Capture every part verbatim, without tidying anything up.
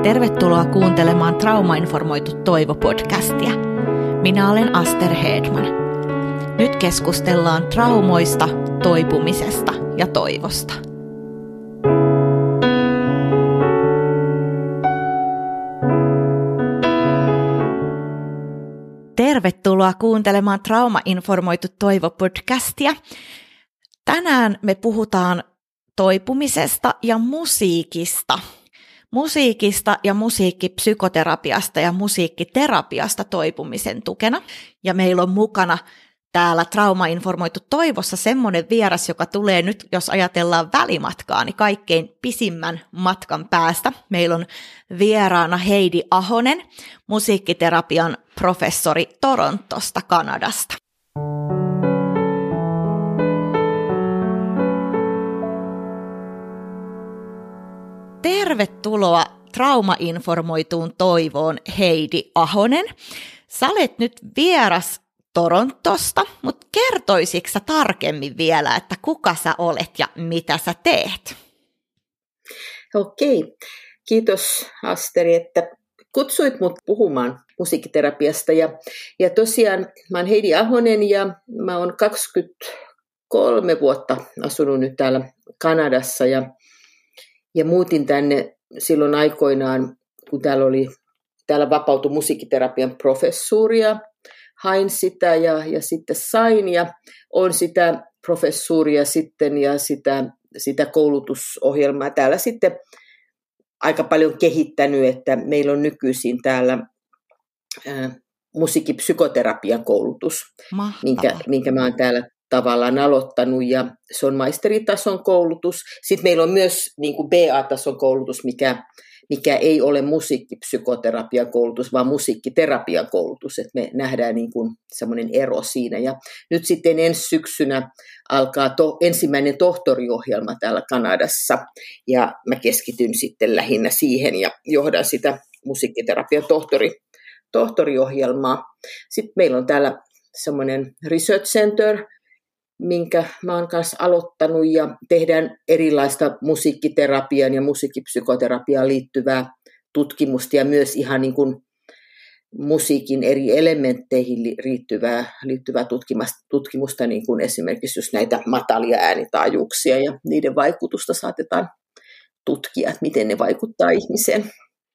Tervetuloa kuuntelemaan Traumainformoitu Toivo-podcastia. Minä olen Aster Hedman. Nyt keskustellaan traumoista, toipumisesta ja toivosta. Tervetuloa kuuntelemaan Traumainformoitu Toivo-podcastia. Tänään me puhutaan toipumisesta ja musiikista. Musiikista ja musiikkipsykoterapiasta ja musiikkiterapiasta toipumisen tukena. Ja meillä on mukana täällä Traumainformoitu Toivossa semmoinen vieras, joka tulee nyt, jos ajatellaan välimatkaa, niin kaikkein pisimmän matkan päästä. Meillä on vieraana Heidi Ahonen, musiikkiterapian professori Torontosta, Kanadasta. Tervetuloa Traumainformoituun Toivoon, Heidi Ahonen. Sä olet nyt vieras Torontosta, mutta kertoisitko sä tarkemmin vielä, että kuka sä olet ja mitä sä teet? Okei, kiitos Asteri, että kutsuit mut puhumaan musiikkiterapiasta. Ja, ja tosiaan mä oon Heidi Ahonen ja mä oon kaksikymmentäkolme vuotta asunut nyt täällä Kanadassa ja, ja muutin tänne silloin aikoinaan, kun täällä oli, täällä vapautui musiikkiterapian professuuria. Hain sitä ja, ja sitten sain ja on sitä professuuria sitten ja sitä, sitä koulutusohjelmaa täällä sitten aika paljon kehittänyt, että meillä on nykyisin täällä ää, musiikkipsykoterapian koulutus, minkä, minkä mä oon täällä tavallaan aloittanut ja se on maisteritason koulutus. Sitten meillä on myös niin kuin B A-tason koulutus, mikä mikä ei ole musiikkipsykoterapian koulutus, vaan musiikkiterapian koulutus, että me nähdään niin kuin semmoinen ero siinä. Ja nyt sitten ensi syksynä alkaa to, ensimmäinen tohtoriohjelma täällä Kanadassa, ja mä keskityn sitten lähinnä siihen ja johdan sitä musiikkiterapian tohtori, tohtoriohjelmaa. Sitten meillä on täällä semmoinen research center, minkä mä oon kanssa aloittanut ja tehdään erilaista musiikkiterapiaan ja musiikkipsykoterapiaan liittyvää tutkimusta ja myös ihan niin kuin musiikin eri elementteihin liittyvää, liittyvää tutkimusta, tutkimusta, niin kuin esimerkiksi just näitä matalia äänitaajuuksia ja niiden vaikutusta saatetaan tutkia, että miten ne vaikuttaa ihmiseen.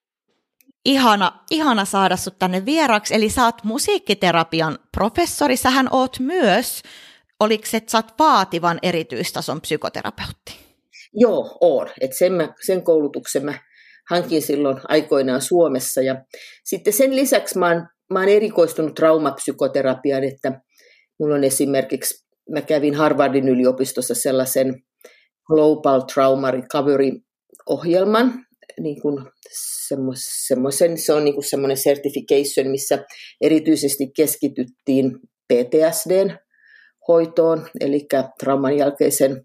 Ihana, ihana saada sut tänne vieraaksi, eli sä oot musiikkiterapian professori, sähän oot myös. Oliko se, että sä oot vaativan erityistason psykoterapeutti? Joo, oon. Et sen, mä, sen koulutuksen mä hankin silloin aikoinaan Suomessa. Ja sitten sen lisäksi mä oon, mä oon erikoistunut traumapsykoterapiaan, että mulla on esimerkiksi, mä kävin Harvardin yliopistossa sellaisen Global Trauma Recovery-ohjelman, niin kuin semmoisen, se on niin kuin semmoinen certification, missä erityisesti keskityttiin P T S D:n hoitoon, eli trauman jälkeisen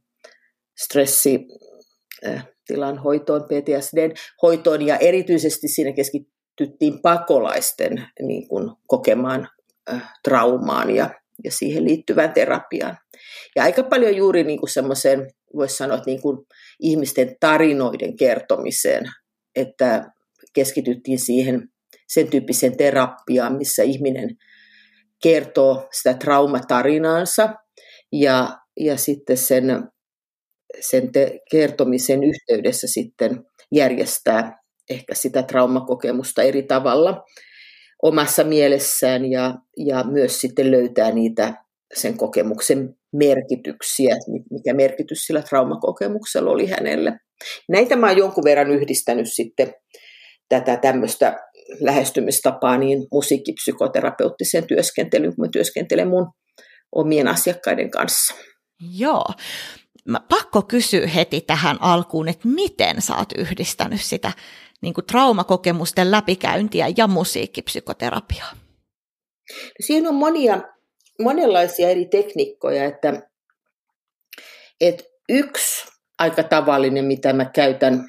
stressitilan hoitoon, P T S D:n hoitoon, ja erityisesti siinä keskityttiin pakolaisten niin kuin, kokemaan äh, traumaan ja, ja siihen liittyvään terapiaan. Ja aika paljon juuri niin kuin semmoiseen, voisi sanoa, että niin kuin ihmisten tarinoiden kertomiseen, että keskityttiin siihen sen tyyppiseen terapiaan, missä ihminen kertoo sitä traumatarinaansa ja, ja sitten sen, sen te, kertomisen yhteydessä sitten järjestää ehkä sitä traumakokemusta eri tavalla omassa mielessään ja, ja myös sitten löytää niitä sen kokemuksen merkityksiä, mikä merkitys sillä traumakokemuksella oli hänelle. Näitä mä oon jonkun verran yhdistänyt sitten tätä tämmöistä lähestymistapaa niin musiikkipsykoterapeuttiseen työskentelyyn, kun mä työskentelen mun omien asiakkaiden kanssa. Joo. Mä pakko kysyä heti tähän alkuun, että miten sä oot yhdistänyt sitä niin kuin traumakokemusten läpikäyntiä ja musiikkipsykoterapiaa? Siinä on monia, monenlaisia eri tekniikkoja, että, että yksi aika tavallinen, mitä mä käytän,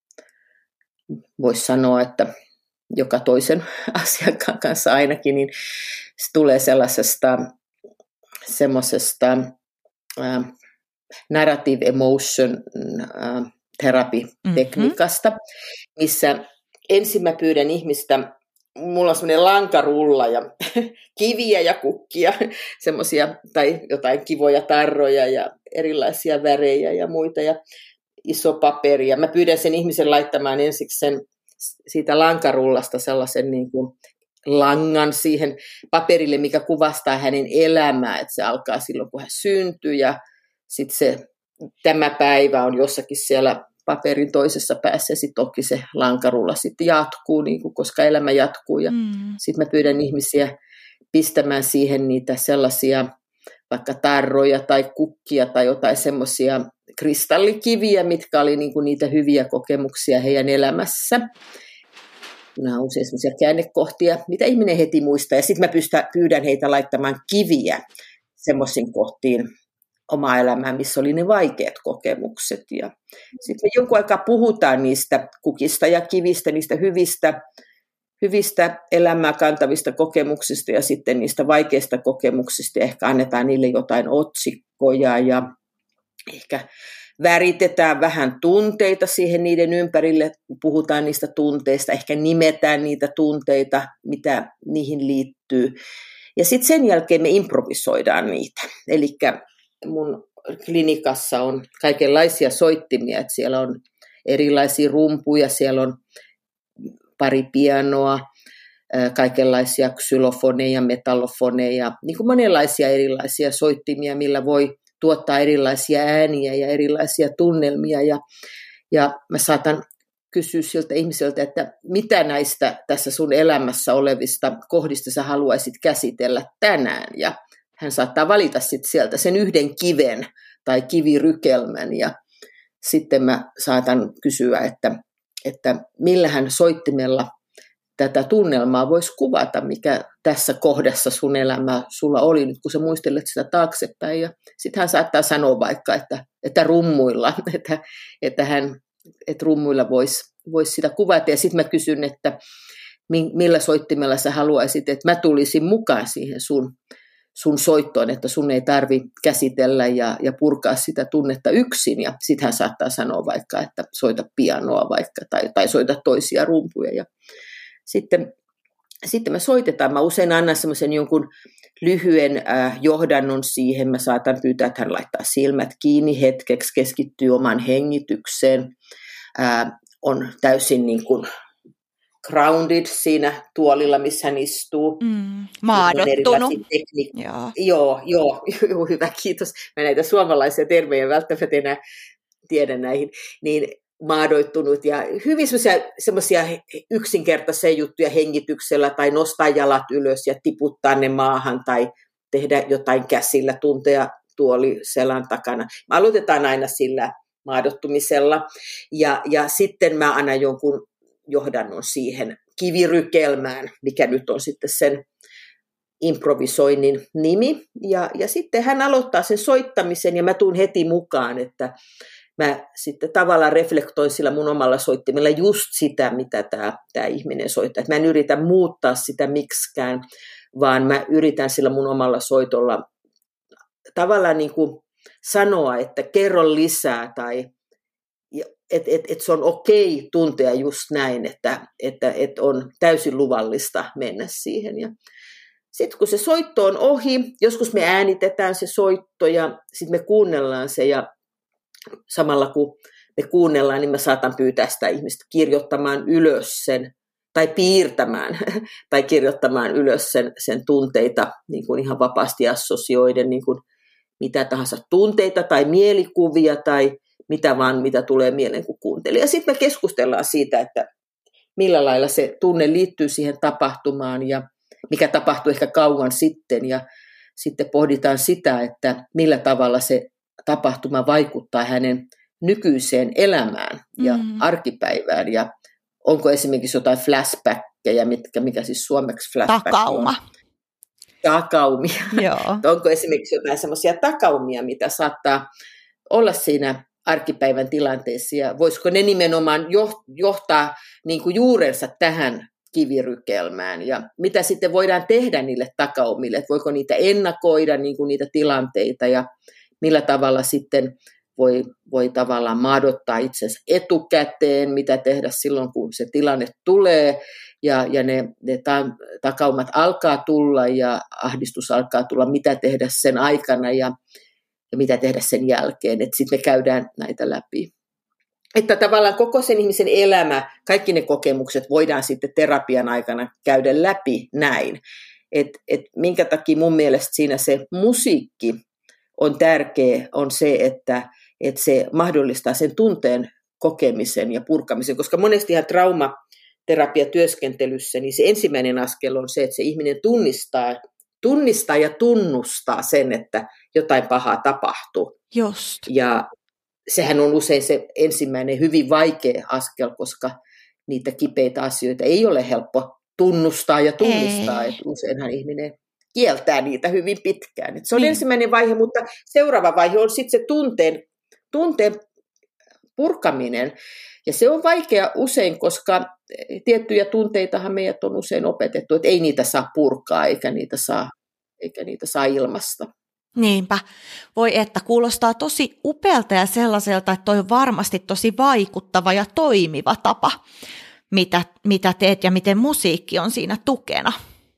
voisi sanoa, että joka toisen asiakkaan kanssa ainakin, niin se tulee sellaisesta semmoisesta äh, narrative emotion äh, therapy-tekniikasta, mm-hmm. missä ensin mä pyydän ihmistä, mulla on semmoinen lankarulla ja kiviä ja kukkia, semmoisia, tai jotain kivoja tarroja ja erilaisia värejä ja muita ja iso paperi. Ja mä pyydän sen ihmisen laittamaan ensiksi sen siitä lankarullasta sellaisen niin kuin langan siihen paperille, mikä kuvastaa hänen elämää, että se alkaa silloin, kun hän syntyy ja sitten se tämä päivä on jossakin siellä paperin toisessa päässä ja sitten toki se lankarulla sitten jatkuu, niin kuin, koska elämä jatkuu ja mm. sitten mä pyydän ihmisiä pistämään siihen niitä sellaisia vaikka tarroja tai kukkia tai jotain semmoisia kristallikiviä, mitkä oli niin kuin niitä hyviä kokemuksia heidän elämässä. Nämä on usein semmoisia käännekohtia, mitä ihminen heti muistaa. Ja sitten mä pystä, pyydän heitä laittamaan kiviä semmoisiin kohtiin omaa elämää, missä oli ne vaikeat kokemukset. Ja sitten me jonkun aikaa puhutaan niistä kukista ja kivistä, niistä hyvistä, hyvistä elämää kantavista kokemuksista ja sitten niistä vaikeista kokemuksista. Ja ehkä annetaan niille jotain otsikkoja ja ehkä väritetään vähän tunteita siihen niiden ympärille, puhutaan niistä tunteista, ehkä nimetään niitä tunteita, mitä niihin liittyy. Ja sitten sen jälkeen me improvisoidaan niitä. Eli mun klinikassa on kaikenlaisia soittimia, että siellä on erilaisia rumpuja, siellä on pari pianoa, kaikenlaisia xylofoneja, metallofoneja, niin kuin monenlaisia erilaisia soittimia, millä voi tuottaa erilaisia ääniä ja erilaisia tunnelmia. Ja, ja mä saatan kysyä siltä ihmiseltä, että mitä näistä tässä sun elämässä olevista kohdista sä haluaisit käsitellä tänään. Ja hän saattaa valita sitten sieltä sen yhden kiven tai kivirykelmän. Ja sitten mä saatan kysyä, että, että millähän soittimella tätä tunnelmaa voisi kuvata, mikä tässä kohdassa sun elämä sulla oli, nyt kun sä muistelet sitä taaksepäin. Ja sitten hän saattaa sanoa vaikka, että, että rummuilla, että, että, hän, että rummuilla voisi vois sitä kuvata. Ja sitten mä kysyn, että millä soittimella sä haluaisit, että mä tulisin mukaan siihen sun, sun soittoon, että sun ei tarvi käsitellä ja, ja purkaa sitä tunnetta yksin. Ja sitten hän saattaa sanoa vaikka, että soita pianoa vaikka tai, tai soita toisia rumpuja. Ja Sitten, sitten me soitetaan. Mä usein annan semmoisen jonkun lyhyen äh, johdannon siihen. Mä saatan pyytää, että hän laittaa silmät kiinni hetkeksi, keskittyy omaan hengitykseen. Äh, on täysin niin kuin grounded siinä tuolilla, missä hän istuu. Mm, maadottunut. Joo. Joo, joo, joo, hyvä, kiitos. Mä näitä suomalaisia termejä välttämättä enää tiedä näihin. Niin maadoittunut ja hyvin semmoisia yksinkertaisia juttuja hengityksellä tai nostaa jalat ylös ja tiputtaa ne maahan tai tehdä jotain käsillä, tuntea tuoli selän takana. Me aloitetaan aina sillä maadottumisella ja, ja sitten mä annan jonkun johdannon siihen kivirykelmään, mikä nyt on sitten sen improvisoinnin nimi. Ja, ja sitten hän aloittaa sen soittamisen ja mä tuun heti mukaan, että mä sitten tavallaan reflektoin sillä mun omalla soittimella just sitä, mitä tämä, tämä ihminen soittaa. Et mä en yritä muuttaa sitä miksikään, vaan mä yritän sillä mun omalla soitolla tavallaan niin kuin sanoa, että kerro lisää tai että et, et se on okei tuntea just näin, että, että et on täysin luvallista mennä siihen. Ja sitten kun se soitto on ohi, joskus me äänitetään se soitto ja sitten me kuunnellaan se ja samalla kun me kuunnellaan, niin mä saatan pyytää sitä ihmistä kirjoittamaan ylös sen, tai piirtämään, tai kirjoittamaan ylös sen, sen tunteita niin kuin ihan vapaasti assosioiden, niin kuin mitä tahansa tunteita tai mielikuvia tai mitä vaan, mitä tulee mieleen, kun kuuntelee. Ja sitten me keskustellaan siitä, että millä lailla se tunne liittyy siihen tapahtumaan ja mikä tapahtui ehkä kauan sitten. Ja sitten pohditaan sitä, että millä tavalla se tapahtuma vaikuttaa hänen nykyiseen elämään ja mm. arkipäivään. Ja onko esimerkiksi jotain flashbackkejä, mitkä, mikä siis suomeksi flashback Takauma. on? Takaumia. Joo. Onko esimerkiksi jotain semmoisia takaumia, mitä saattaa olla siinä arkipäivän tilanteessa, ja voisiko ne nimenomaan johtaa niin kuin juurensa tähän kivirykelmään, ja mitä sitten voidaan tehdä niille takaumille, että voiko niitä ennakoida, niin kuin niitä tilanteita, ja millä tavalla sitten voi, voi tavallaan maadottaa itsensä etukäteen, mitä tehdä silloin, kun se tilanne tulee, ja, ja ne, ne ta, takaumat alkaa tulla, ja ahdistus alkaa tulla, mitä tehdä sen aikana, ja, ja mitä tehdä sen jälkeen, että sitten me käydään näitä läpi. Että tavallaan koko sen ihmisen elämä, kaikki ne kokemukset voidaan sitten terapian aikana käydä läpi näin. Et, et minkä takia mun mielestä siinä se musiikki on tärkeä, on se, että et se mahdollistaa sen tunteen kokemisen ja purkamisen, koska monestihan traumaterapiatyöskentelyssä niin se ensimmäinen askel on se, että se ihminen tunnistaa, tunnistaa ja tunnustaa sen, että jotain pahaa tapahtuu. Just. Ja sehän on usein se ensimmäinen hyvin vaikea askel, koska niitä kipeitä asioita ei ole helppo tunnustaa ja tunnistaa. Että useinhan ihminen kieltää niitä hyvin pitkään. Et se on niin. ensimmäinen vaihe, mutta seuraava vaihe on sitten se tunteen, tunteen purkaminen. Ja se on vaikea usein, koska tiettyjä tunteitahan meidät on usein opetettu, että ei niitä saa purkaa eikä niitä saa, eikä niitä saa ilmasta. Niinpä. Voi että, kuulostaa tosi upealta ja sellaiselta, että toi on varmasti tosi vaikuttava ja toimiva tapa, mitä, mitä teet ja miten musiikki on siinä tukena.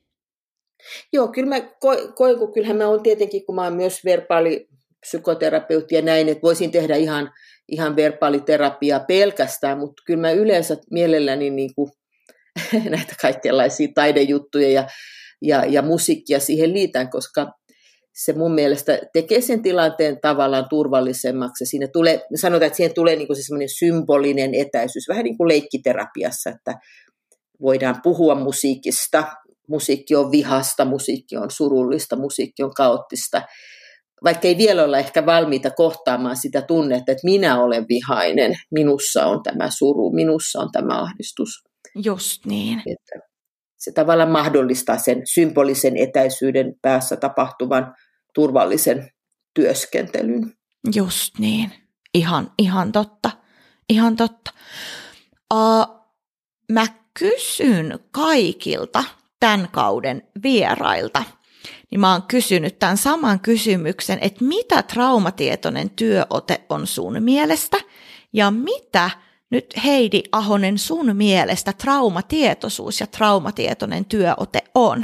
Joo, kyllä mä koen, kun kyllähän mä oon tietenkin, kun mä oon myös verbaalipsykoterapeutti ja näin, että voisin tehdä ihan, ihan verbaaliterapiaa pelkästään, mutta kyllä mä yleensä mielelläni niin kuin näitä kaikenlaisia taidejuttuja ja, ja, ja musiikkia siihen liitän, koska se mun mielestä tekee sen tilanteen tavallaan turvallisemmaksi. Siinä tulee, sanotaan, että siihen tulee niin kuin se semmoinen symbolinen etäisyys, vähän niin kuin leikkiterapiassa, että voidaan puhua musiikista. Musiikki on vihasta, musiikki on surullista, musiikki on kaoottista. Vaikka ei vielä olla ehkä valmiita kohtaamaan sitä tunnetta, että minä olen vihainen, minussa on tämä suru, minussa on tämä ahdistus. Just niin. Että se tavallaan mahdollistaa sen symbolisen etäisyyden päässä tapahtuvan turvallisen työskentelyn. Just niin. Ihan, ihan totta. Ihan totta. Uh, mä kysyn kaikilta tämän kauden vierailta, niin mä oon kysynyt tämän saman kysymyksen, että mitä traumatietoinen työote on sun mielestä ja mitä nyt Heidi Ahonen sun mielestä traumatietoisuus ja traumatietoinen työote on?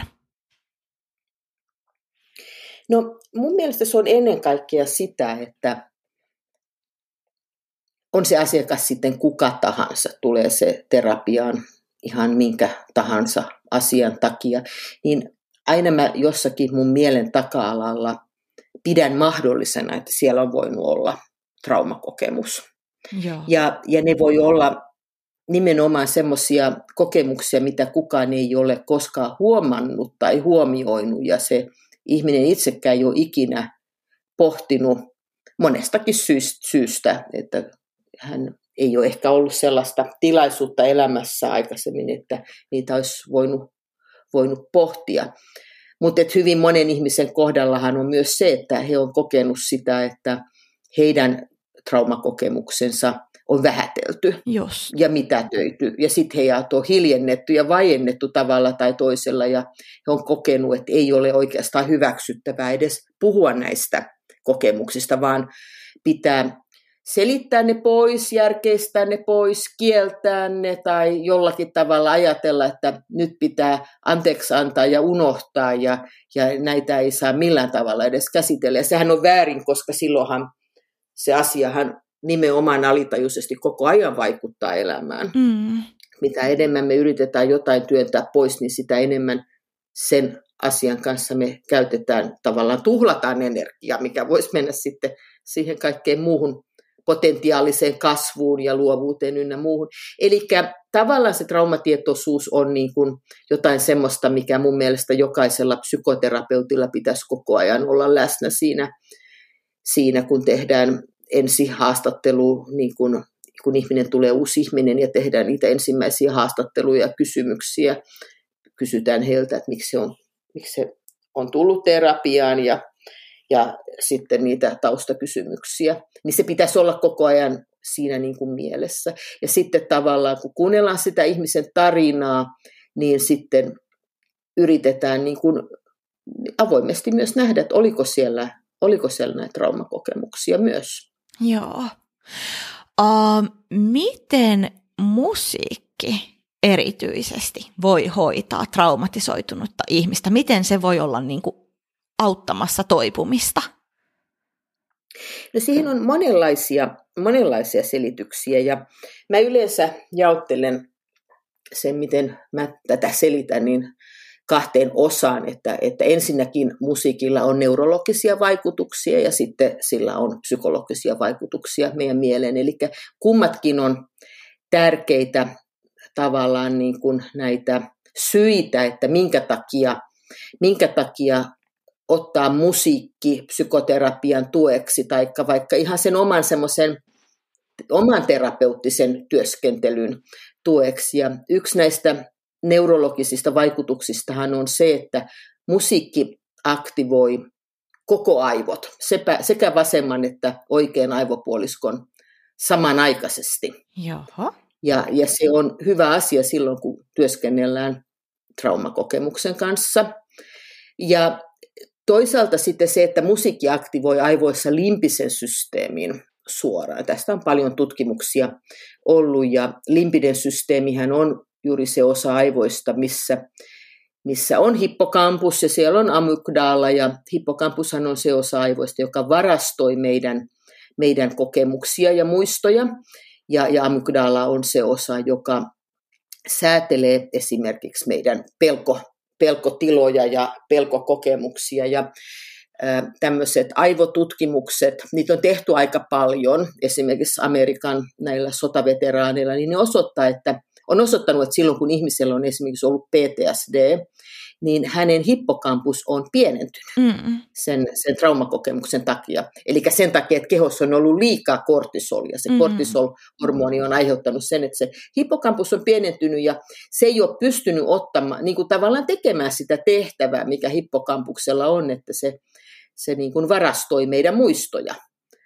No mun mielestä se on ennen kaikkea sitä, että on se asiakas sitten kuka tahansa, tulee se terapiaan ihan minkä tahansa asian takia, niin aina mä jossakin mun mielen taka-alalla pidän mahdollisena, että siellä on voinut olla traumakokemus. Joo. Ja, ja ne voi olla nimenomaan semmoisia kokemuksia, mitä kukaan ei ole koskaan huomannut tai huomioinut, ja se ihminen itsekään ei ole ikinä pohtinut monestakin syystä, että hän ei ole ehkä ollut sellaista tilaisuutta elämässä aikaisemmin, että niitä olisi voinut, voinut pohtia. Mutta hyvin monen ihmisen kohdallahan on myös se, että he on kokenut sitä, että heidän traumakokemuksensa on vähätelty Just. ja mitätöity. Ja sitten heidät on hiljennetty ja vaiennettu tavalla tai toisella, ja he on kokenut, että ei ole oikeastaan hyväksyttävää edes puhua näistä kokemuksista, vaan pitää selittää ne pois, järkeistää ne pois, kieltää ne tai jollakin tavalla ajatella, että nyt pitää anteeksi antaa ja unohtaa ja, ja näitä ei saa millään tavalla edes käsitellä. Ja sehän on väärin, koska silloinhan se asiahan nimenomaan alitajuisesti koko ajan vaikuttaa elämään. Mm. Mitä enemmän me yritetään jotain työntää pois, niin sitä enemmän sen asian kanssa me käytetään, tavallaan tuhlataan energiaa, mikä voisi mennä sitten siihen kaikkeen muuhun potentiaaliseen kasvuun ja luovuuteen ynnä muuhun. Eli tavallaan se traumatietoisuus on niin kuin jotain semmoista, mikä mun mielestä jokaisella psykoterapeutilla pitäisi koko ajan olla läsnä siinä, siinä kun tehdään ensihaastattelu, niin kun, kun ihminen tulee uusi ihminen ja tehdään niitä ensimmäisiä haastatteluja ja kysymyksiä. Kysytään heiltä, että miksi se on, miksi se on tullut terapiaan ja ja sitten niitä taustakysymyksiä, niin se pitäisi olla koko ajan siinä niin kuin mielessä. Ja sitten tavallaan, kun kuunnellaan sitä ihmisen tarinaa, niin sitten yritetään niin kuin avoimesti myös nähdä, että oliko siellä, oliko siellä näitä traumakokemuksia myös. Joo. Uh, miten musiikki erityisesti voi hoitaa traumatisoitunutta ihmistä? Miten se voi olla niin kuin auttamassa toipumista? No siihen on monenlaisia, monenlaisia selityksiä ja mä yleensä jaottelen sen, miten mä tätä selitän, niin kahteen osaan, että, että ensinnäkin musiikilla on neurologisia vaikutuksia ja sitten sillä on psykologisia vaikutuksia meidän mieleen. Eli kummatkin on tärkeitä tavallaan niin kuin näitä syitä, että minkä takia, minkä takia ottaa musiikki psykoterapian tueksi tai vaikka ihan sen oman semmoisen oman terapeuttisen työskentelyn tueksi. Ja yksi näistä neurologisista vaikutuksistahan on se, että musiikki aktivoi koko aivot, sekä vasemman että oikean aivopuoliskon samanaikaisesti. Jaha. Ja, ja se on hyvä asia silloin, kun työskennellään traumakokemuksen kanssa. Ja toisaalta sitten se, että musiikki aktivoi aivoissa limbisen systeemin suoraan. Tästä on paljon tutkimuksia ollut ja limbinen systeemihän on juuri se osa aivoista, missä, missä on hippocampus ja siellä on amygdala ja hippocampushan on se osa aivoista, joka varastoi meidän, meidän kokemuksia ja muistoja ja, ja amygdala on se osa, joka säätelee esimerkiksi meidän pelko, pelkotiloja ja pelkokokemuksia ja tämmöiset aivotutkimukset, niitä on tehty aika paljon, esimerkiksi Amerikan näillä sotaveteraaneilla, niin ne osoittaa, että on osoittanut, että silloin kun ihmisellä on esimerkiksi ollut P T S D, niin hänen hippocampus on pienentynyt mm. sen, sen traumakokemuksen takia. Eli sen takia, että kehossa on ollut liikaa kortisolia. Se mm. kortisol-hormoni on aiheuttanut sen, että se hippocampus on pienentynyt ja se ei ole pystynyt ottamaan, niin kuin tavallaan tekemään sitä tehtävää, mikä hippocampuksella on, että se, se niin kuin varastoi meidän muistoja.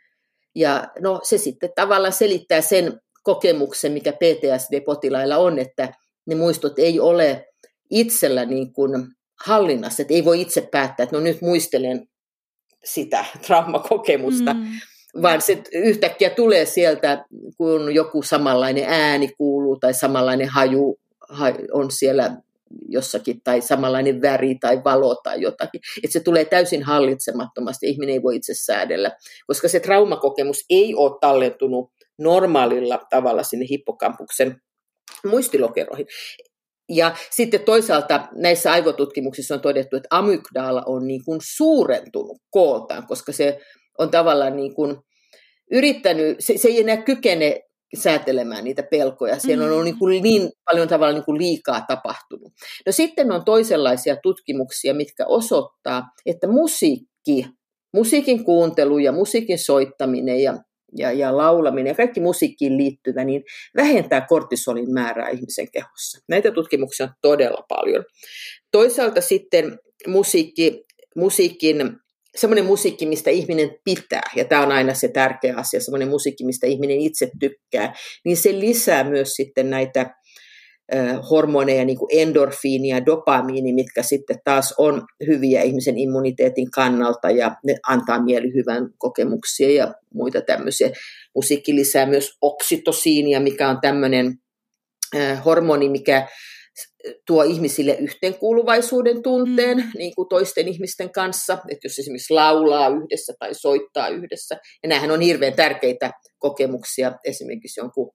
Ja no, se sitten tavallaan selittää sen kokemuksen, mikä P T S D-potilailla on, että ne muistot ei ole itsellä niin kuin hallinnassa, että ei voi itse päättää, että no nyt muistelen sitä traumakokemusta, mm. vaan se yhtäkkiä tulee sieltä, kun joku samanlainen ääni kuuluu tai samanlainen haju on siellä jossakin tai samanlainen väri tai valo tai jotakin, että se tulee täysin hallitsemattomasti, ihminen ei voi itse säädellä, koska se traumakokemus ei ole tallentunut normaalilla tavalla sinne hippocampuksen muistilokeroihin. Ja sitten toisaalta näissä aivotutkimuksissa on todettu, että amygdala on niin kuin suurentunut kooltaan, koska se on tavallaan niin kuin yrittänyt, se, se ei enää kykene säätelemään niitä pelkoja. Siellä on ollut niin, kuin niin paljon tavalla niin kuin liikaa tapahtunut. No sitten on toisenlaisia tutkimuksia, mitkä osoittaa, että musiikki, musiikin kuuntelu ja musiikin soittaminen ja Ja, ja laulaminen ja kaikki musiikkiin liittyvä, niin vähentää kortisolin määrää ihmisen kehossa. Näitä tutkimuksia on todella paljon. Toisaalta sitten musiikki, musiikin, semmoinen musiikki, mistä ihminen pitää, ja tämä on aina se tärkeä asia, semmoinen musiikki, mistä ihminen itse tykkää, niin se lisää myös sitten näitä hormoneja, niin kuin endorfiini ja dopamiini, mitkä sitten taas on hyviä ihmisen immuniteetin kannalta ja ne antaa mielihyvän kokemuksia ja muita tämmöisiä. Musiikki lisää myös oksitosiinia, mikä on tämmöinen hormoni, mikä tuo ihmisille yhteenkuuluvaisuuden tunteen mm. niin kuin toisten ihmisten kanssa, että jos esimerkiksi laulaa yhdessä tai soittaa yhdessä. Ja nämähän on hirveän tärkeitä kokemuksia esimerkiksi jonkun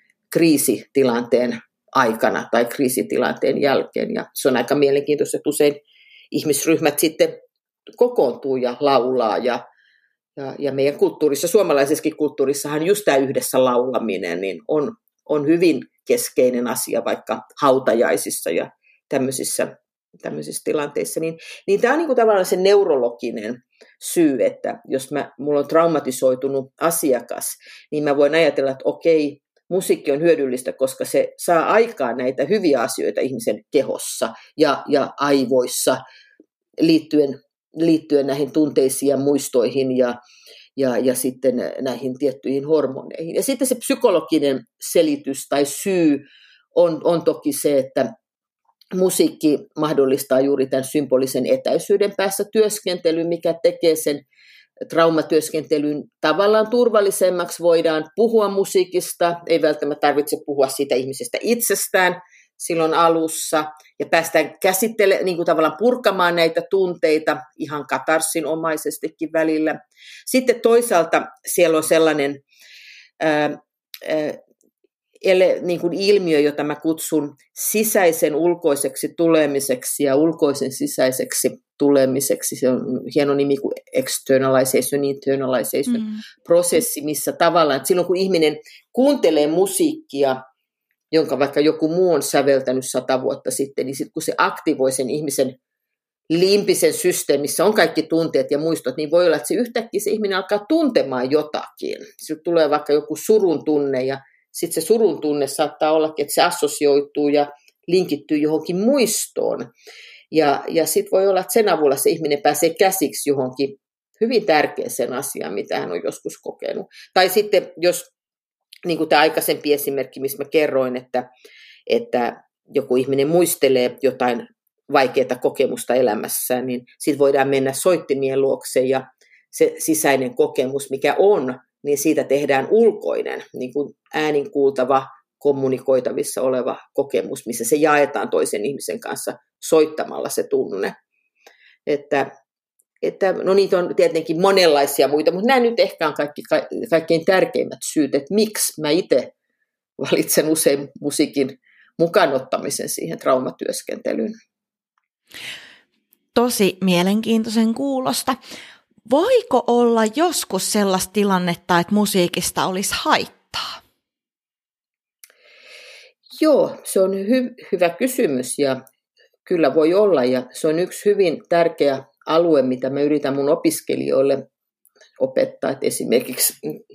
kriisitilanteen aikana tai kriisitilanteen jälkeen. Ja se on aika mielenkiintoista, että usein ihmisryhmät sitten kokoontuu ja laulaa. Ja, ja, ja meidän kulttuurissa, suomalaisessakin kulttuurissahan just tämä yhdessä laulaminen niin on, on hyvin keskeinen asia vaikka hautajaisissa ja tämmöisissä, tämmöisissä tilanteissa. Niin, niin tämä on niin kuin tavallaan se neurologinen syy, että jos mä, mulla on traumatisoitunut asiakas, niin mä voin ajatella, että okei, musiikki on hyödyllistä, koska se saa aikaan näitä hyviä asioita ihmisen kehossa ja, ja aivoissa liittyen, liittyen näihin tunteisiin ja muistoihin ja, ja, ja sitten näihin tiettyihin hormoneihin. Ja sitten se psykologinen selitys tai syy on, on toki se, että musiikki mahdollistaa juuri tämän symbolisen etäisyyden päässä työskentelyn, mikä tekee sen traumatyöskentelyn tavallaan turvallisemmaksi voidaan puhua musiikista, ei välttämättä tarvitse puhua siitä ihmisestä itsestään silloin alussa, ja päästään käsittelemään, niin kuin tavallaan purkamaan näitä tunteita ihan katarsinomaisestikin välillä. Sitten toisaalta siellä on sellainen ää, ää, ele, niin kuin ilmiö, jota mä kutsun sisäisen ulkoiseksi tulemiseksi ja ulkoisen sisäiseksi tulemiseksi. Se on hieno nimi kuin externalization, internalization mm. prosessi, missä tavallaan, että silloin kun ihminen kuuntelee musiikkia, jonka vaikka joku muu on säveltänyt sata vuotta sitten, niin sitten kun se aktivoi sen ihmisen limpisen systeemissä on kaikki tunteet ja muistot, niin voi olla, että se yhtäkkiä se ihminen alkaa tuntemaan jotakin. Sitten tulee vaikka joku surun tunne ja sitten se surun tunne saattaa ollakin, että se assosioituu ja linkittyy johonkin muistoon. Ja, ja sitten voi olla, että sen avulla se ihminen pääsee käsiksi johonkin hyvin tärkeäseen asiaan, mitä hän on joskus kokenut. Tai sitten, jos niin kuin tämä aikaisempi esimerkki, missä mä kerroin, että, että joku ihminen muistelee jotain vaikeaa kokemusta elämässään, niin sitten voidaan mennä soittimien luokse ja se sisäinen kokemus, mikä on, niin siitä tehdään ulkoinen, niin kuin äänin kuultava, kommunikoitavissa oleva kokemus, missä se jaetaan toisen ihmisen kanssa soittamalla se tunne. Että, että, no niitä on tietenkin monenlaisia muita, mutta nämä nyt ehkä on kaikki, kaikkein tärkeimmät syyt, että miksi mä itse valitsen usein musiikin mukaan ottamisen siihen traumatyöskentelyyn. Tosi mielenkiintoisen kuulosta. Voiko olla joskus sellaista tilannetta, että musiikista olisi haittaa? Joo, se on hy- hyvä kysymys ja kyllä voi olla. Ja se on yksi hyvin tärkeä alue, mitä mä yritän mun opiskelijoille opettaa. Et esimerkiksi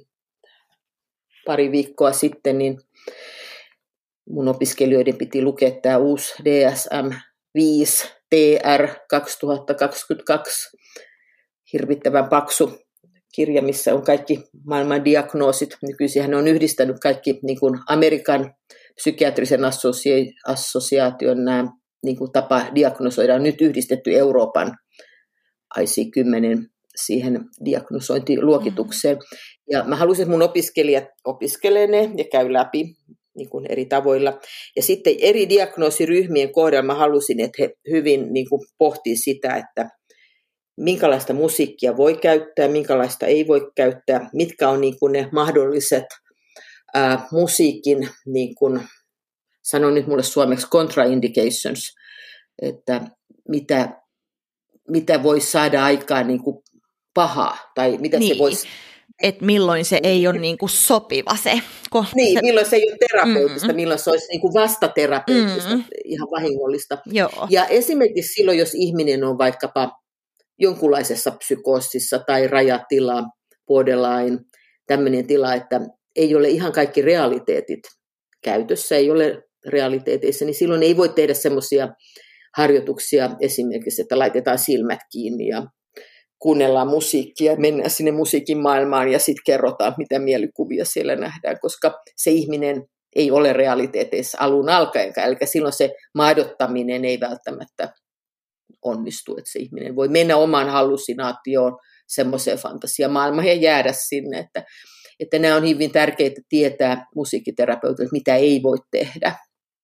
pari viikkoa sitten niin mun opiskelijoiden piti lukea tämä uusi D S M viisi T R kaksituhattakaksikymmentäkaksi, hirvittävän paksu kirja, missä on kaikki maailman diagnoosit. Nykyisin hän on yhdistänyt kaikki niin kuin Amerikan psykiatrisen assosia- assosiaation nämä niin kuin tapa diagnosoida, on nyt yhdistetty Euroopan I C kymmenen siihen diagnosointiluokitukseen. Mm. Ja mä halusin, että mun opiskelijat opiskelee ne ja käy läpi niin kuin eri tavoilla. Ja sitten eri diagnoosiryhmien kohdalla mä halusin, että he hyvin niin kuin pohtii sitä, että minkälaista musiikkia voi käyttää, minkälaista ei voi käyttää, mitkä on niin kuin ne mahdolliset ää, musiikin, niin kuin, sanon nyt mulle suomeksi, contraindications, että mitä, mitä voi saada aikaan niin kuin pahaa, tai mitä niin. se voisi... Että milloin se ei ole niinku sopiva se. Niin, milloin se ei ole terapeuttista, mm. milloin se olisi niinku vastaterapeuttista, mm. ihan vahingollista. Joo. Ja esimerkiksi silloin, jos ihminen on vaikkapa jonkunlaisessa psykoosissa tai rajatila, borderline, tämmöinen tila, että ei ole ihan kaikki realiteetit käytössä, ei ole realiteeteissa, niin silloin ei voi tehdä semmoisia harjoituksia esimerkiksi, että laitetaan silmät kiinni ja kuunnellaan musiikkia, mennään sinne musiikin maailmaan ja sitten kerrotaan, mitä mielikuvia siellä nähdään, koska se ihminen ei ole realiteeteissa alun alkaenkaan, eli silloin se maadottaminen ei välttämättä onnistu, että se ihminen voi mennä omaan hallusinaatioon, semmoiseen fantasiamaailmaan ja jäädä sinne, että, että nämä on hyvin tärkeitä tietää musiikkiterapeutilta, mitä ei voi tehdä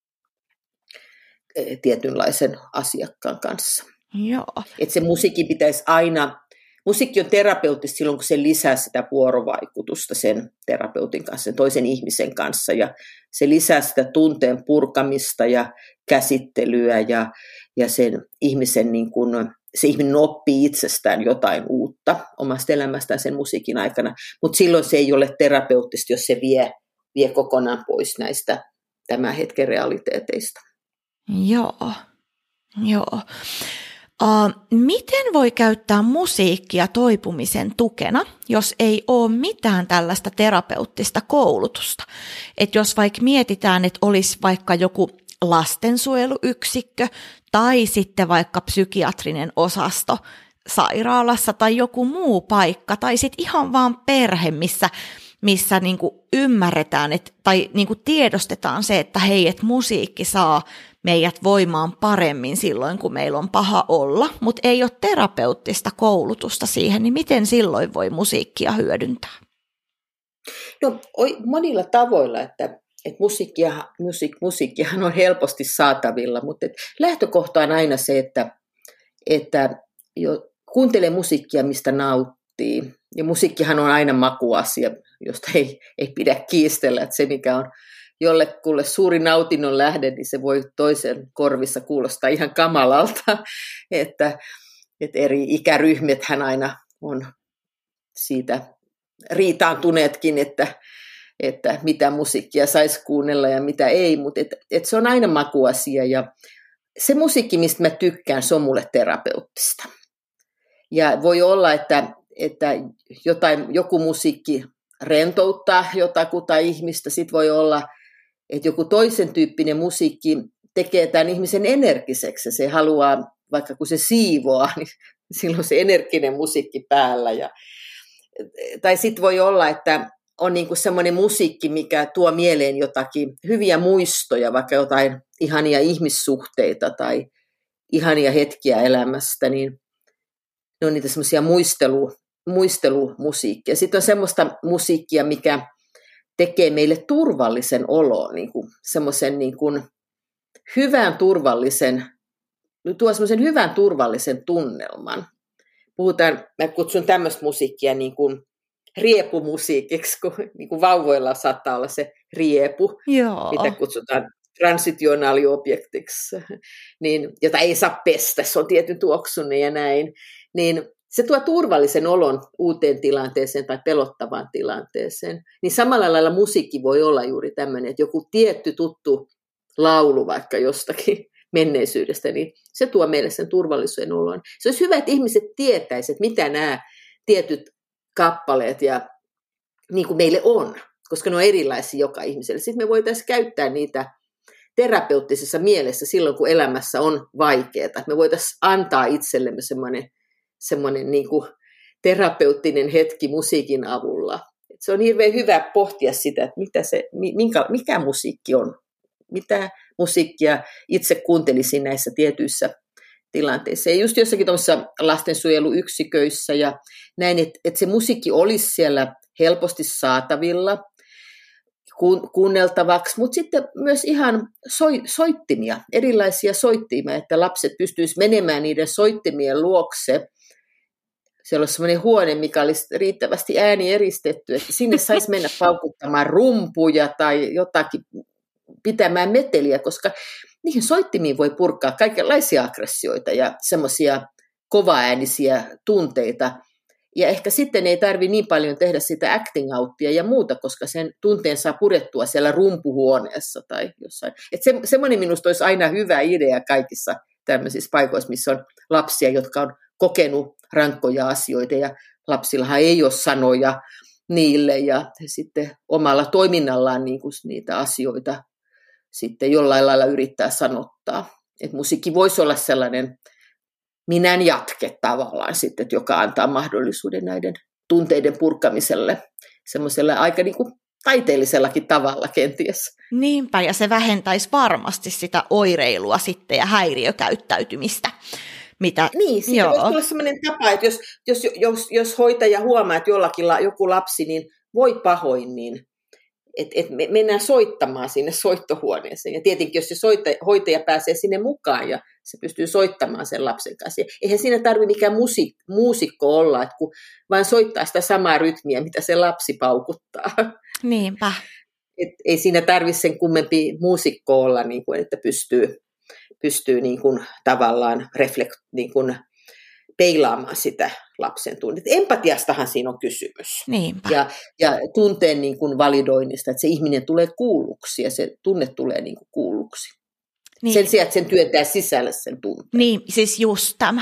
tietynlaisen asiakkaan kanssa. Joo. Että se musiikki pitäisi aina, musiikki on terapeuttista silloin, kun se lisää sitä vuorovaikutusta sen terapeutin kanssa, sen toisen ihmisen kanssa, ja se lisää sitä tunteen purkamista ja käsittelyä, ja, ja sen ihmisen, niin kun, se ihminen oppii itsestään jotain uutta omasta elämästään sen musiikin aikana, mutta silloin se ei ole terapeuttista, jos se vie, vie kokonaan pois näistä tämän hetken realiteeteista. Joo, joo. Uh, miten voi käyttää musiikkia toipumisen tukena, jos ei ole mitään tällaista terapeuttista koulutusta? Et jos vaikka mietitään, että olisi vaikka joku lastensuojeluyksikkö tai sitten vaikka psykiatrinen osasto sairaalassa tai joku muu paikka tai sitten ihan vaan perhe, missä, missä niinku ymmärretään et, tai niinku tiedostetaan se, että hei, et musiikki saa meidät voimaan paremmin silloin, kun meillä on paha olla, mutta ei ole terapeuttista koulutusta siihen, niin miten silloin voi musiikkia hyödyntää? No monilla tavoilla, että, että musiikkia, musiik, musiikkihan on helposti saatavilla, mutta et lähtökohta on aina se, että, että jo kuuntelee musiikkia, mistä nauttii. Ja musiikkihan on aina makuasia, josta ei, ei pidä kiistellä, että se mikä on jollekulle suuri nautinnon lähde, niin se voi toisen korvissa kuulostaa ihan kamalalta, että, että eri ikäryhmäthän aina on siitä riitaantuneetkin, että, että mitä musiikkia saisi kuunnella ja mitä ei, mutta et, et se on aina makuasia ja se musiikki, mistä mä tykkään, se on mulle terapeuttista. Ja voi olla, että, että jotain, joku musiikki rentouttaa jotakuta ihmistä, sitten voi olla, että joku toisen tyyppinen musiikki tekee tämän ihmisen energiseksi, se haluaa, vaikka kun se siivoaa, niin silloin se energinen musiikki päällä. Ja, tai sitten voi olla, että on niinku semmoinen musiikki, mikä tuo mieleen jotakin hyviä muistoja, vaikka jotain ihania ihmissuhteita tai ihania hetkiä elämästä, niin ne on niitä semmoisia muistelu, muistelumusiikkia. Sitten on semmoista musiikkia, mikä tekee meille turvallisen olon, niin kuin semmoisen niin kuin hyvän turvallisen, tuo semmoisen hyvän turvallisen tunnelman. Puhutaan, mä kutsun tämmöistä musiikkia niin kuin riepumusiikiksi, kun niin kuin vauvoilla saattaa olla se riepu, Joo. mitä kutsutaan transitionaaliobjektiksi, niin, jota ei saa pestä, se on tietyn tuoksunen ja näin, niin se tuo turvallisen olon uuteen tilanteeseen tai pelottavaan tilanteeseen. Niin samalla lailla musiikki voi olla juuri tämmöinen, että joku tietty tuttu laulu vaikka jostakin menneisyydestä, niin se tuo meille sen turvallisuuden olon. Se olisi hyvä, että ihmiset tietäisivät, mitä nämä tietyt kappaleet ja niin kuin meille on, koska ne on erilaisia joka ihmiselle. Sitten me voitaisiin käyttää niitä terapeuttisessa mielessä silloin, kun elämässä on vaikeaa. Me voitaisiin antaa itsellemme semmoinen semmoinen niin kuin terapeuttinen hetki musiikin avulla. Et se on hirveän hyvä pohtia sitä, että mitä se, minkä, mikä musiikki on, mitä musiikkia itse kuuntelisin näissä tietyissä tilanteissa. Ja just jossakin tuossa lastensuojeluyksiköissä ja näin, että, että se musiikki olisi siellä helposti saatavilla, kuunneltavaksi, mutta sitten myös ihan soittimia, erilaisia soittimia, että lapset pystyisivät menemään niiden soittimien luokse. Siellä olisi sellainen huone, mikä olisi riittävästi ääni eristetty, että sinne saisi mennä paukuttamaan rumpuja tai jotakin pitämään meteliä, koska niihin soittimiin voi purkaa kaikenlaisia aggressioita ja semmoisia kovaäänisiä tunteita. Ja ehkä sitten ei tarvitse niin paljon tehdä sitä acting outtia ja muuta, koska sen tunteen saa purettua siellä rumpuhuoneessa tai jossain. Että se, semmoinen minusta olisi aina hyvä idea kaikissa tämmöisissä paikoissa, missä on lapsia, jotka on kokenut rankkoja asioita ja lapsillahan ei ole sanoja niille ja sitten omalla toiminnallaan niin kuin niitä asioita sitten jollain lailla yrittää sanottaa. Että musiikki voisi olla sellainen minän jatke tavallaan sitten, joka antaa mahdollisuuden näiden tunteiden purkamiselle semmoisella aika niin kuin taiteellisellakin tavalla kenties. Niinpä, ja se vähentäisi varmasti sitä oireilua sitten ja häiriökäyttäytymistä. Mitä? Niin, siitä voisi olla sellainen tapa, että jos, jos, jos, jos hoitaja huomaa, että jollakin joku lapsi niin voi pahoin, niin että et me mennään soittamaan sinne soittohuoneeseen. Ja tietenkin, jos se soittaja, hoitaja pääsee sinne mukaan ja se pystyy soittamaan sen lapsen kanssa. Eihän siinä tarvitse mikään musiik, muusikko olla, että kun vain soittaa sitä samaa rytmiä, mitä se lapsi paukuttaa. Niinpä. Et ei siinä tarvitse sen kummempi muusikko olla, niin kuin, että pystyy, pystyy niin kuin, tavallaan reflekt, niin kuin, peilaamaan sitä lapsen tunnetta. Empatiastahan siinä on kysymys. Niinpä. Ja, ja tunteen niin kuin validoinnista, että se ihminen tulee kuulluksi ja se tunne tulee niin kuin kuulluksi. Niin. Sen sijaan, että sen työntää sisälle sen tunteen. Niin, siis just tämä.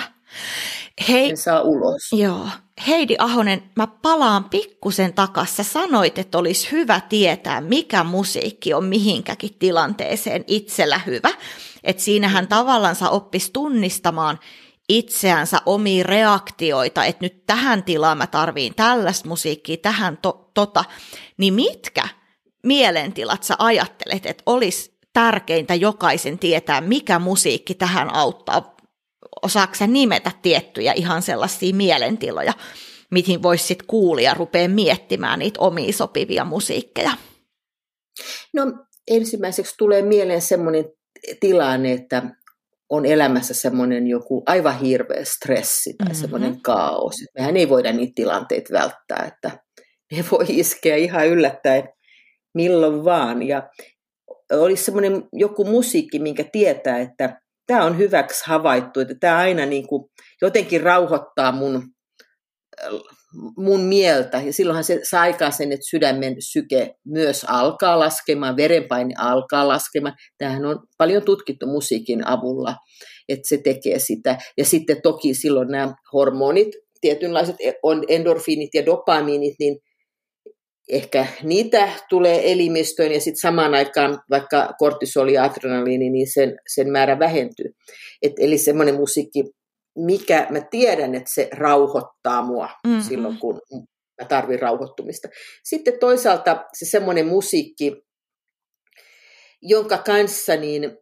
Hei, se saa ulos. Joo. Heidi Ahonen, mä palaan pikkusen takaisin. Sä sanoit, että olisi hyvä tietää, mikä musiikki on mihinkäkin tilanteeseen itsellä hyvä. Että siinähän tavallaan oppisi tunnistamaan itseänsä omia reaktioita, että nyt tähän tilaan mä tarviin tällaista musiikkia, tähän to, tota, niin mitkä mielentilat sä ajattelet, että olisi tärkeintä jokaisen tietää, mikä musiikki tähän auttaa? Osaatko sä nimetä tiettyjä ihan sellaisia mielentiloja, mihin voisi sitten kuulija rupea miettimään niitä omia sopivia musiikkeja? No ensimmäiseksi tulee mieleen semmoinen tilanne, että on elämässä semmoinen joku aivan hirveä stressi tai mm-hmm. semmoinen kaos. Mehän ei voida niitä tilanteita välttää, että ne voi iskeä ihan yllättäen milloin vaan. Ja olisi semmoinen joku musiikki, minkä tietää, että tämä on hyväksi havaittu, että tämä aina niin kuin jotenkin rauhoittaa mun, mun mieltä. Ja silloinhan se saa aikaa sen, että sydämen syke myös alkaa laskemaan, verenpaine alkaa laskemaan. Tämähän on paljon tutkittu musiikin avulla, että se tekee sitä. Ja sitten toki silloin nämä hormonit, tietynlaiset on endorfiinit ja dopamiinit, niin ehkä niitä tulee elimistöön ja sitten samaan aikaan vaikka kortisoli ja adrenaliini, niin sen, sen määrä vähentyy. Et eli semmoinen musiikki, mikä mä tiedän, että se rauhoittaa mua mm-hmm. silloin, kun mä tarvin rauhoittumista. Sitten toisaalta se semmoinen musiikki, jonka kanssa niin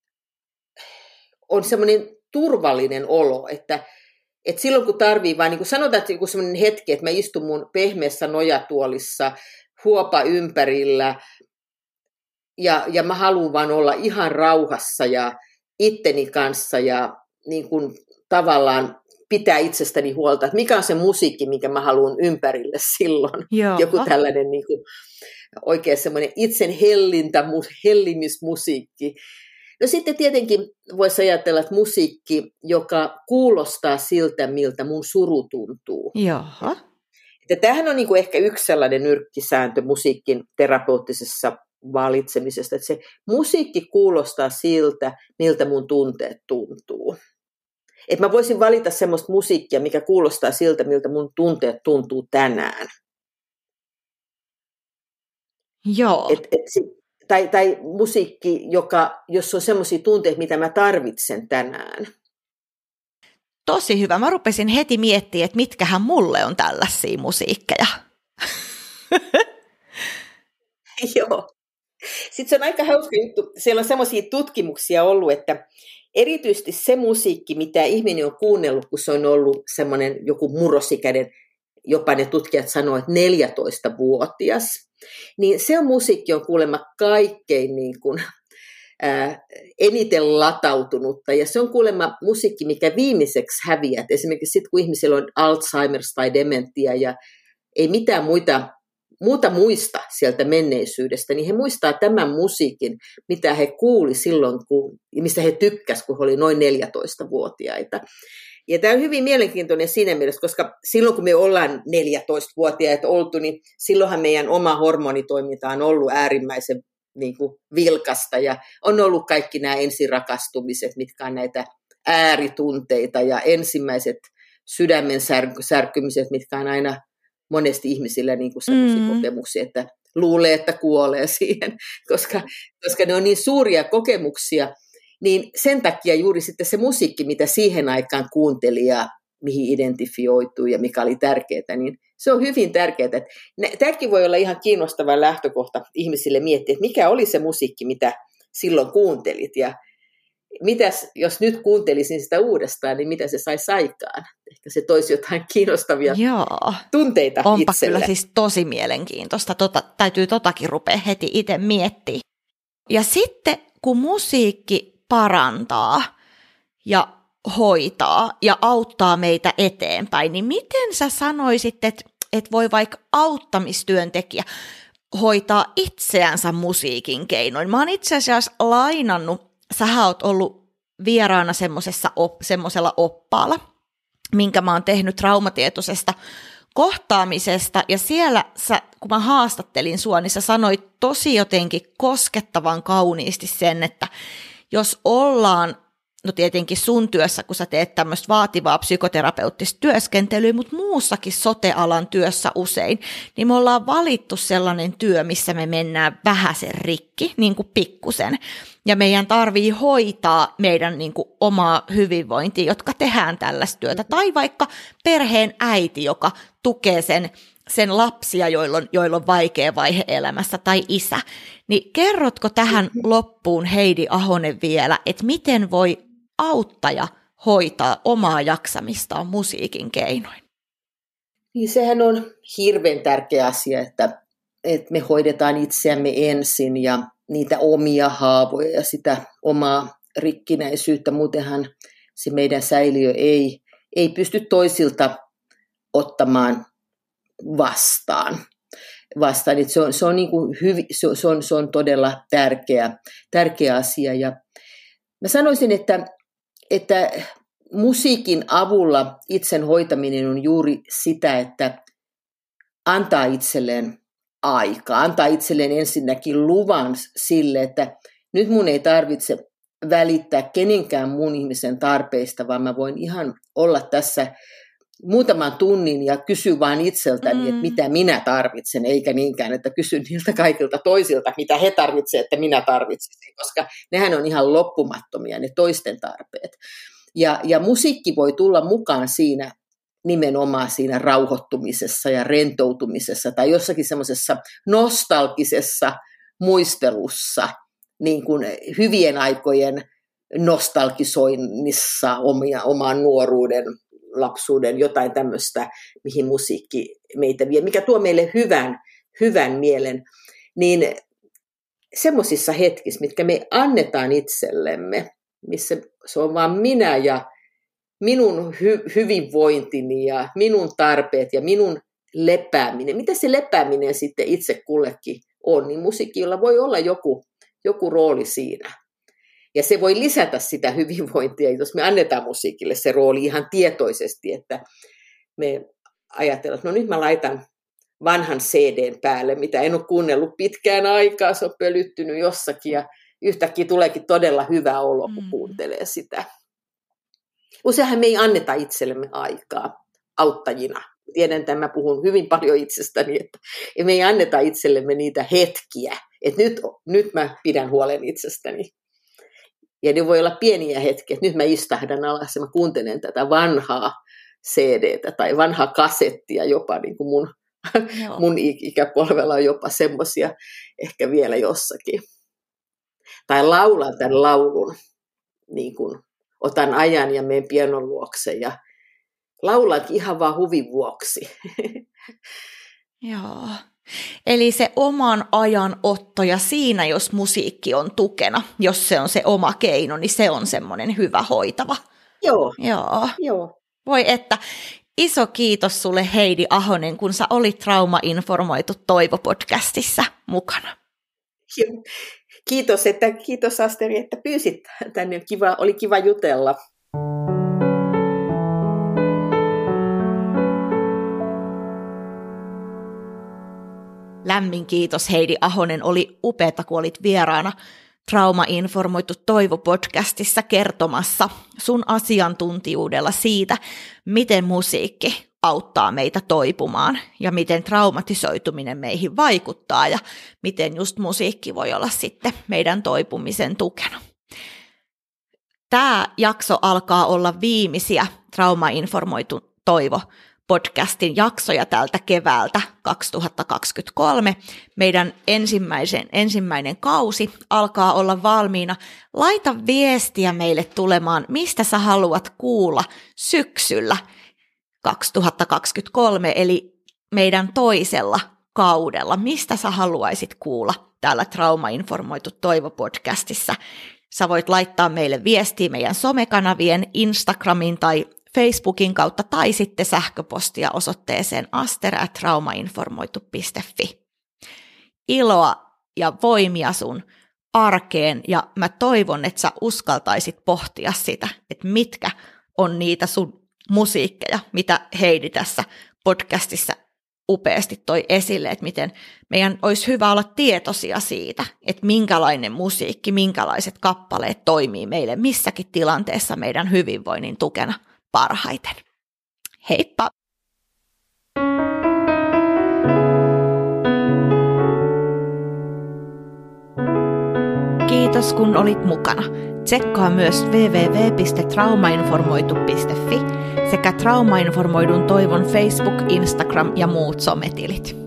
on semmoinen turvallinen olo, että Et silloin kun tarvii vaan, niin kuin sanotaan, että joku sellainen hetki, että mä istun mun pehmeässä nojatuolissa, huopa ympärillä, ja, ja mä haluan vaan olla ihan rauhassa ja itteni kanssa ja niin kuin tavallaan pitää itsestäni huolta, että mikä on se musiikki, minkä mä haluan ympärille silloin. Joo. Joku tällainen niin kuin, oikein semmoinen itsen hellintä, hellimismusiikki. No sitten tietenkin voisi ajatella, että musiikki, joka kuulostaa siltä, miltä mun suru tuntuu. Jaha. Että tämähän on niin kuin ehkä yksi sellainen nyrkkisääntö musiikin terapeuttisessa valitsemisesta, että se musiikki kuulostaa siltä, miltä mun tunteet tuntuu. Että mä voisin valita semmoista musiikkia, mikä kuulostaa siltä, miltä mun tunteet tuntuu tänään. Joo. Et, et se, Tai, tai musiikki, joka, jos on semmoisia tunteita, mitä mä tarvitsen tänään. Tosi hyvä. Mä rupesin heti miettimään, että mitkähän mulle on tällaisia musiikkeja. Joo. Sitten se on aika hauska juttu. Siellä on semmoisia tutkimuksia ollut, että erityisesti se musiikki, mitä ihminen on kuunnellut, kun se on ollut semmoinen joku murrosikäinen, jopa ne tutkijat sanoo, että neljätoistavuotias, niin se on musiikki on kuulemma kaikkein niin kuin, ää, eniten latautunutta, ja se on kuulemma musiikki, mikä viimeiseksi häviää. Et esimerkiksi sitten, kun ihmisillä on Alzheimer's tai dementia, ja ei mitään muita, muuta muista sieltä menneisyydestä, niin he muistaa tämän musiikin, mitä he kuuli silloin, kun, mistä he tykkäsivät, kun he oli noin neljätoistavuotiaita. Ja tämä on hyvin mielenkiintoinen siinä mielessä, koska silloin kun me ollaan neljätoistavuotiaita oltu, niin silloinhan meidän oma hormonitoiminta on ollut äärimmäisen niin kuin vilkasta ja on ollut kaikki nämä ensirakastumiset, mitkä on näitä ääritunteita ja ensimmäiset sydämen särkymiset, mitkä on aina monesti ihmisillä niin kuin sellaisia mm. kokemuksia, että luulee, että kuolee siihen, koska, koska ne on niin suuria kokemuksia. Niin sen takia juuri sitten se musiikki, mitä siihen aikaan kuunteli ja mihin identifioitui ja mikä oli tärkeää, niin se on hyvin tärkeää. Tämäkin voi olla ihan kiinnostava lähtökohta ihmisille miettiä, että mikä oli se musiikki, mitä silloin kuuntelit ja mitäs, jos nyt kuuntelisin sitä uudestaan, niin mitä se saisi aikaan? Ehkä se toisi jotain kiinnostavia Joo. tunteita Onpa itselle. Onpa kyllä siis tosi mielenkiintoista. Tota, täytyy totakin rupea heti itse miettimään. Ja sitten kun musiikki parantaa ja hoitaa ja auttaa meitä eteenpäin, niin miten sä sanoisit, että, että voi vaikka auttamistyöntekijä hoitaa itseänsä musiikin keinoin? Mä oon itse asiassa lainannut, sähän oot ollut vieraana semmoisella oppaalla, minkä mä oon tehnyt traumatietoisesta kohtaamisesta, ja siellä sä, kun mä haastattelin sua, niin sä sanoit tosi jotenkin koskettavan kauniisti sen, että jos ollaan, no tietenkin sun työssä, kun sä teet tämmöistä vaativaa psykoterapeuttista työskentelyä, mutta muussakin sote-alan työssä usein, niin me ollaan valittu sellainen työ, missä me mennään vähäsen rikki, niin kuin pikkusen, ja meidän tarvii hoitaa meidän niin kuin omaa hyvinvointia, jotka tehdään tällaista työtä, tai vaikka perheen äiti, joka tukee sen sen lapsia, joilla on, joilla on vaikea vaihe elämässä, tai isä. Niin kerrotko tähän loppuun, Heidi Ahonen, vielä, että miten voi auttaja hoitaa omaa jaksamistaan musiikin keinoin? Niin sehän on hirveän tärkeä asia, että, että me hoidetaan itseämme ensin ja niitä omia haavoja ja sitä omaa rikkinäisyyttä. Muutenhan se meidän säiliö ei, ei pysty toisilta ottamaan vastaan. vastaan. Se on, se on, niin kuin hyvi, se on, se on, se on todella tärkeä, tärkeä asia. Ja mä sanoisin, että, että musiikin avulla itsen hoitaminen on juuri sitä, että antaa itselleen aikaa, antaa itselleen ensinnäkin luvan sille, että nyt mun ei tarvitse välittää kenenkään muun ihmisen tarpeista, vaan mä voin ihan olla tässä muutaman tunnin ja kysy vaan itseltäni, mm. että mitä minä tarvitsen, eikä niinkään, että kysyn niiltä kaikilta toisilta, mitä he tarvitsevat, että minä tarvitsen, koska nehän on ihan loppumattomia, ne toisten tarpeet. Ja, ja musiikki voi tulla mukaan siinä nimenomaan siinä rauhoittumisessa ja rentoutumisessa tai jossakin semmoisessa nostalgisessa muistelussa, niin kuin hyvien aikojen nostalgisoinnissa omia, oman nuoruuden, lapsuuden, jotain tämmöistä, mihin musiikki meitä vie, mikä tuo meille hyvän, hyvän mielen, niin semmoisissa hetkissä, mitkä me annetaan itsellemme, missä se on vaan minä ja minun hy- hyvinvointini ja minun tarpeet ja minun lepääminen. Mitä se lepääminen sitten itse kullekin on, niin musiikilla voi olla joku, joku rooli siinä. Ja se voi lisätä sitä hyvinvointia, jos me annetaan musiikille se rooli ihan tietoisesti, että me ajatellaan, että no nyt mä laitan vanhan C D:n päälle, mitä en ole kuunnellut pitkään aikaa, se on pölyttynyt jossakin ja yhtäkkiä tuleekin todella hyvä olo, kun kuuntelee sitä. Useinhan me ei anneta itsellemme aikaa auttajina. Tiedän, että mä puhun hyvin paljon itsestäni, että me ei anneta itsellemme niitä hetkiä, että nyt, nyt mä pidän huolen itsestäni. Ja ne voi olla pieniä hetkiä, että nyt mä istahdan alas ja mä kuuntelen tätä vanhaa C D:tä tai vanhaa kasettia jopa, niin kuin mun, mun ikäpolvella on jopa semmoisia ehkä vielä jossakin. Tai laulan tämän laulun, niin kuin otan ajan ja menen pianon luokse ja laulan ihan vaan huvin vuoksi. Joo. Eli se oman ajan otto ja siinä, jos musiikki on tukena, jos se on se oma keino, niin se on semmoinen hyvä hoitava. Joo. Joo. Joo. Voi että, iso kiitos sulle Heidi Ahonen, kun sä olit Trauma-informoitu Toivo-podcastissa mukana. Kiitos, että, kiitos Asteri, että pyysit tänne. Kiva, oli kiva jutella. Lämmin kiitos Heidi Ahonen, oli upeata, kun olit vieraana Trauma-informoitu Toivo-podcastissa kertomassa sun asiantuntijuudella siitä, miten musiikki auttaa meitä toipumaan ja miten traumatisoituminen meihin vaikuttaa ja miten just musiikki voi olla sitten meidän toipumisen tukena. Tämä jakso alkaa olla viimeisiä Trauma-informoitu Toivo podcastin jaksoja tältä keväältä kaksituhattakaksikymmentäkolme. Meidän ensimmäisen, ensimmäinen kausi alkaa olla valmiina. Laita viestiä meille tulemaan, mistä sä haluat kuulla syksyllä kaksituhattakaksikymmentäkolme, eli meidän toisella kaudella. Mistä sä haluaisit kuulla täällä Trauma-informoitu Toivo-podcastissa? Sä voit laittaa meille viestiä meidän somekanavien, Instagramin tai Facebookin kautta tai sitten sähköpostia osoitteeseen aster at traumainformoitu piste fi. Iloa ja voimia sun arkeen ja mä toivon, että sä uskaltaisit pohtia sitä, että mitkä on niitä sun musiikkeja, mitä Heidi tässä podcastissa upeasti toi esille, että miten meidän olisi hyvä olla tietoisia siitä, että minkälainen musiikki, minkälaiset kappaleet toimii meille missäkin tilanteessa meidän hyvinvoinnin tukena parhaiten. Heippa! Kiitos kun olit mukana. Tsekkaa myös double-u double-u double-u piste traumainformoitu piste fi sekä Traumainformoidun toivon Facebook, Instagram ja muut sometilit.